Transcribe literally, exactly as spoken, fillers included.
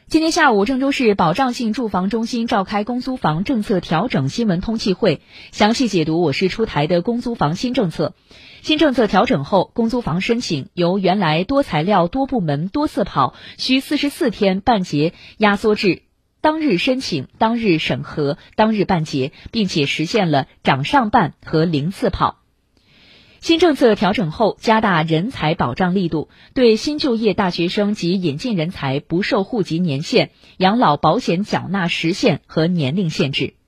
今天下午，郑州市保障性住房中心召开公租房政策调整新闻通气会，详细解读我市出台的公租房新政策。新政策调整后，公租房申请由原来多材料、多部门、多次跑，需四十四天办结，压缩至当日申请、当日审核、当日办结，并且实现了掌上办和零次跑。新政策调整后，加大人才保障力度，对新就业大学生及引进人才不受户籍年限、养老保险缴纳时限和年龄限制。